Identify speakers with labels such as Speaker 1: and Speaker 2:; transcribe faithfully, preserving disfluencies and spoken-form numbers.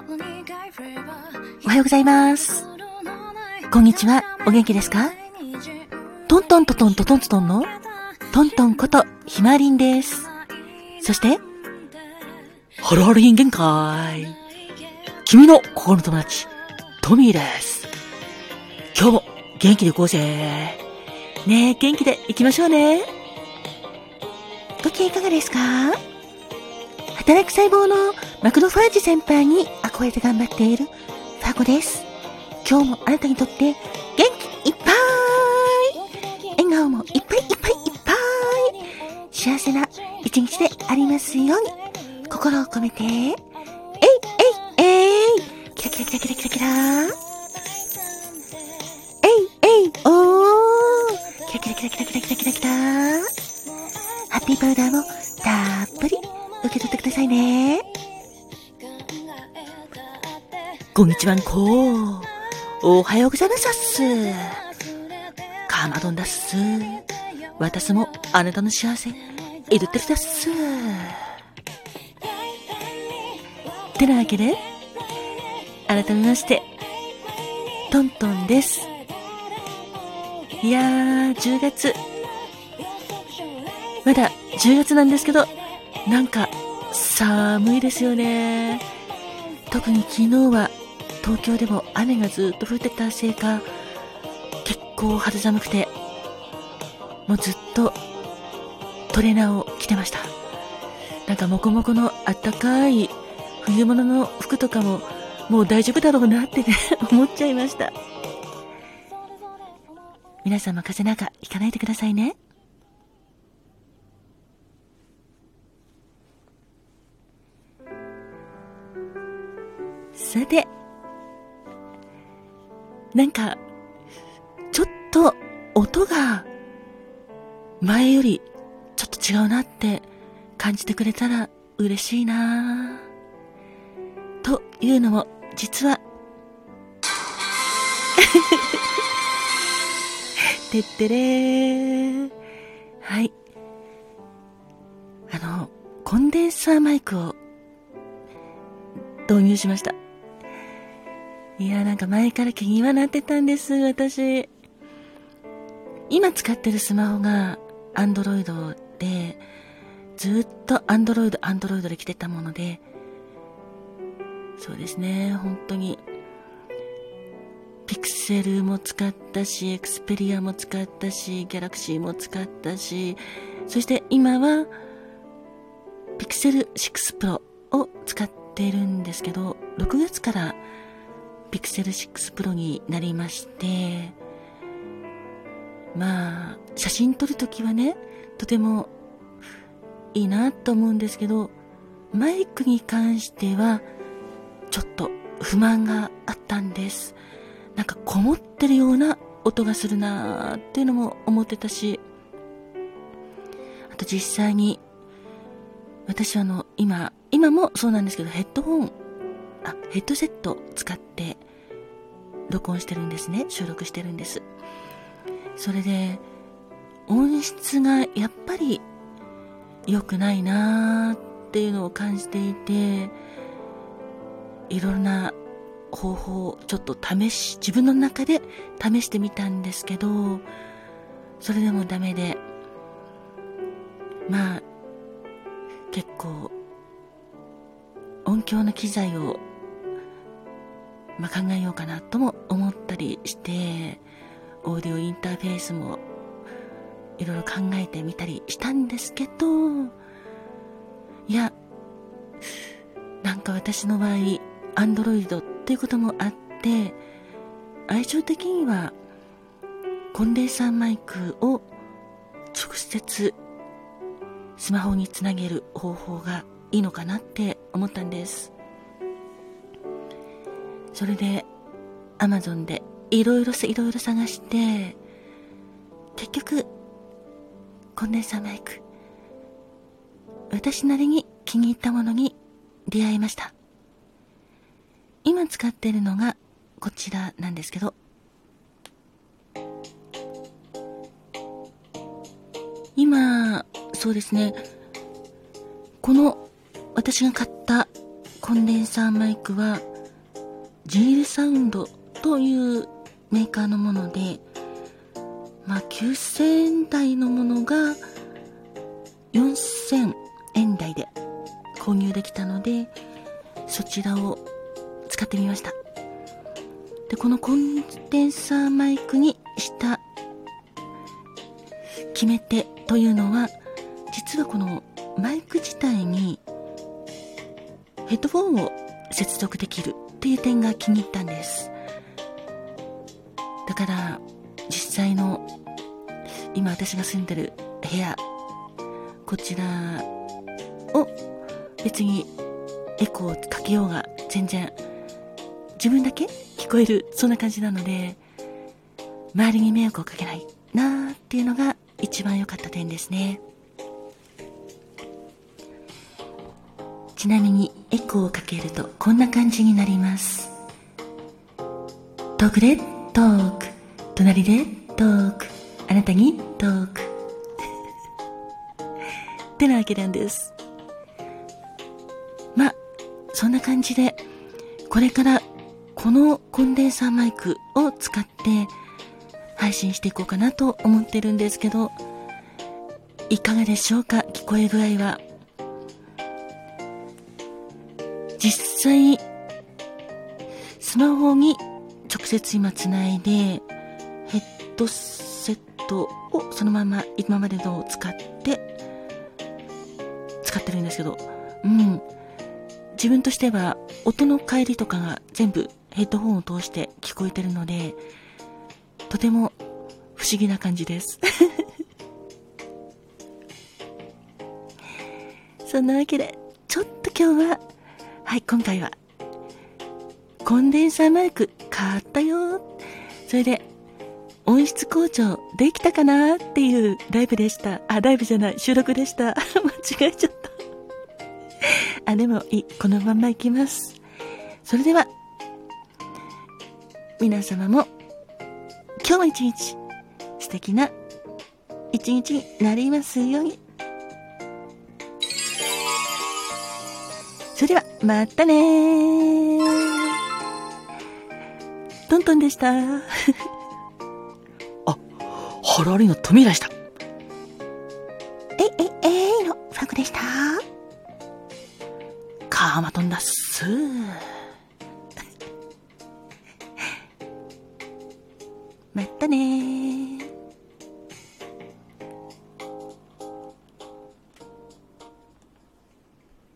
Speaker 1: おはようございます。こんにちは。お元気ですか？トントントトントトントンのトントンことひまりんです。そしてハルハル人間界、君の心の友達トミーです。今日も元気でいこうぜ。ねえ、元気でいきましょうね。ご機嫌いかがですか？働く細胞のマクロファージ先輩に憧れて頑張っているファコです。今日もあなたにとって元気いっぱい、笑顔もいっぱいいっぱいいっぱい、幸せな一日でありますように心を込めて、えいえいえい、キラキラキラキラキラキラ、えいえいおー、キラキラキラキラキラキラキラキラ、ハッピーパウダーもたっぷり受け取ってくださいね。こんにちはんこ、おはようございますっす。カマドンだっす。私もあなたの幸せ祈ってるだっす。てなわけで改めましてトントンです。いやー、じゅうがつ、まだじゅうがつなんですけど、なんか寒いですよね。特に昨日は東京でも雨がずっと降ってたせいか、結構肌寒くて、もうずっとトレーナーを着てました。なんかモコモコのあったかい冬物の服とかももう大丈夫だろうなってね思っちゃいました。皆様風邪なんかひかないでくださいね。さて、なんかちょっと音が前よりちょっと違うなって感じてくれたら嬉しいなというのも、実はてってれー、はい、あのコンデンサーマイクを導入しました。いや、なんか前から気にはなってたんです。私今使ってるスマホがアンドロイドで、ずっとアンドロイドアンドロイドで来てたもので、そうですね、本当にピクセルも使ったし、エクスペリアも使ったし、ギャラクシーも使ったし、そして今はピクセルシックスプロを使ってるんですけど、ろくがつからピクセルシックスプロになりまして、まあ写真撮るときはね、とてもいいなと思うんですけど、マイクに関してはちょっと不満があったんです。なんかこもってるような音がするなーっていうのも思ってたし、あと実際に私はあの今今もそうなんですけど、ヘッドホンあヘッドセット使って録音してるんですね。収録してるんです。それで音質がやっぱり良くないなーっていうのを感じていて、いろんな方法をちょっと試し、自分の中で試してみたんですけど、それでもダメで、まあ結構音響の機材を、まあ、考えようかなとも思ったりして、オーディオインターフェースもいろいろ考えてみたりしたんですけど、いや、なんか私の場合アンドロイドっていうこともあって、相性的にはコンデンサーマイクを直接スマホにつなげる方法がいいのかなって思ったんです。それで Amazon でいろいろいろいろ探して、結局コンデンサーマイク、私なりに気に入ったものに出会いました。今使っているのがこちらなんですけど、今そうですね、この私が買ったコンデンサーマイクはジールサウンドというメーカーのもので、まあ、きゅうせんえん台のものがよんせんえん台で購入できたので、そちらを使ってみました。で、このコンデンサーマイクにした決め手というのは、実はこのマイク自体にヘッドフォンを接続できるっていう点が気に入ったんです。だから実際の今私が住んでる部屋、こちらを別にエコーをかけようが全然自分だけ聞こえる、そんな感じなので、周りに迷惑をかけないなーっていうのが一番良かった点ですね。ちなみにエコーをかけるとこんな感じになります。遠くでトーク、隣でトーク、あなたにトークってなわけなんです。まあそんな感じで、これからこのコンデンサーマイクを使って配信していこうかなと思ってるんですけど、いかがでしょうか、聞こえ具合は。実際スマホに直接今つないでヘッドセットをそのまま今までのを使って使ってるんですけど、うん自分としては音の帰りとかが全部ヘッドホンを通して聞こえてるので、とても不思議な感じですそんなわけでちょっと今日ははい今回はコンデンサーマイク買ったよ、それで音質向上できたかなっていうライブでした。あ、ライブじゃない、収録でした間違えちゃったあ、でもいい、このまんまいきます。それでは皆様も今日も一日素敵な一日になりますように。それではまたねー。トントンでしたあ、ハラリのトミーでした。えいえいえいのファンクでした。カーマトンだっすまたねー。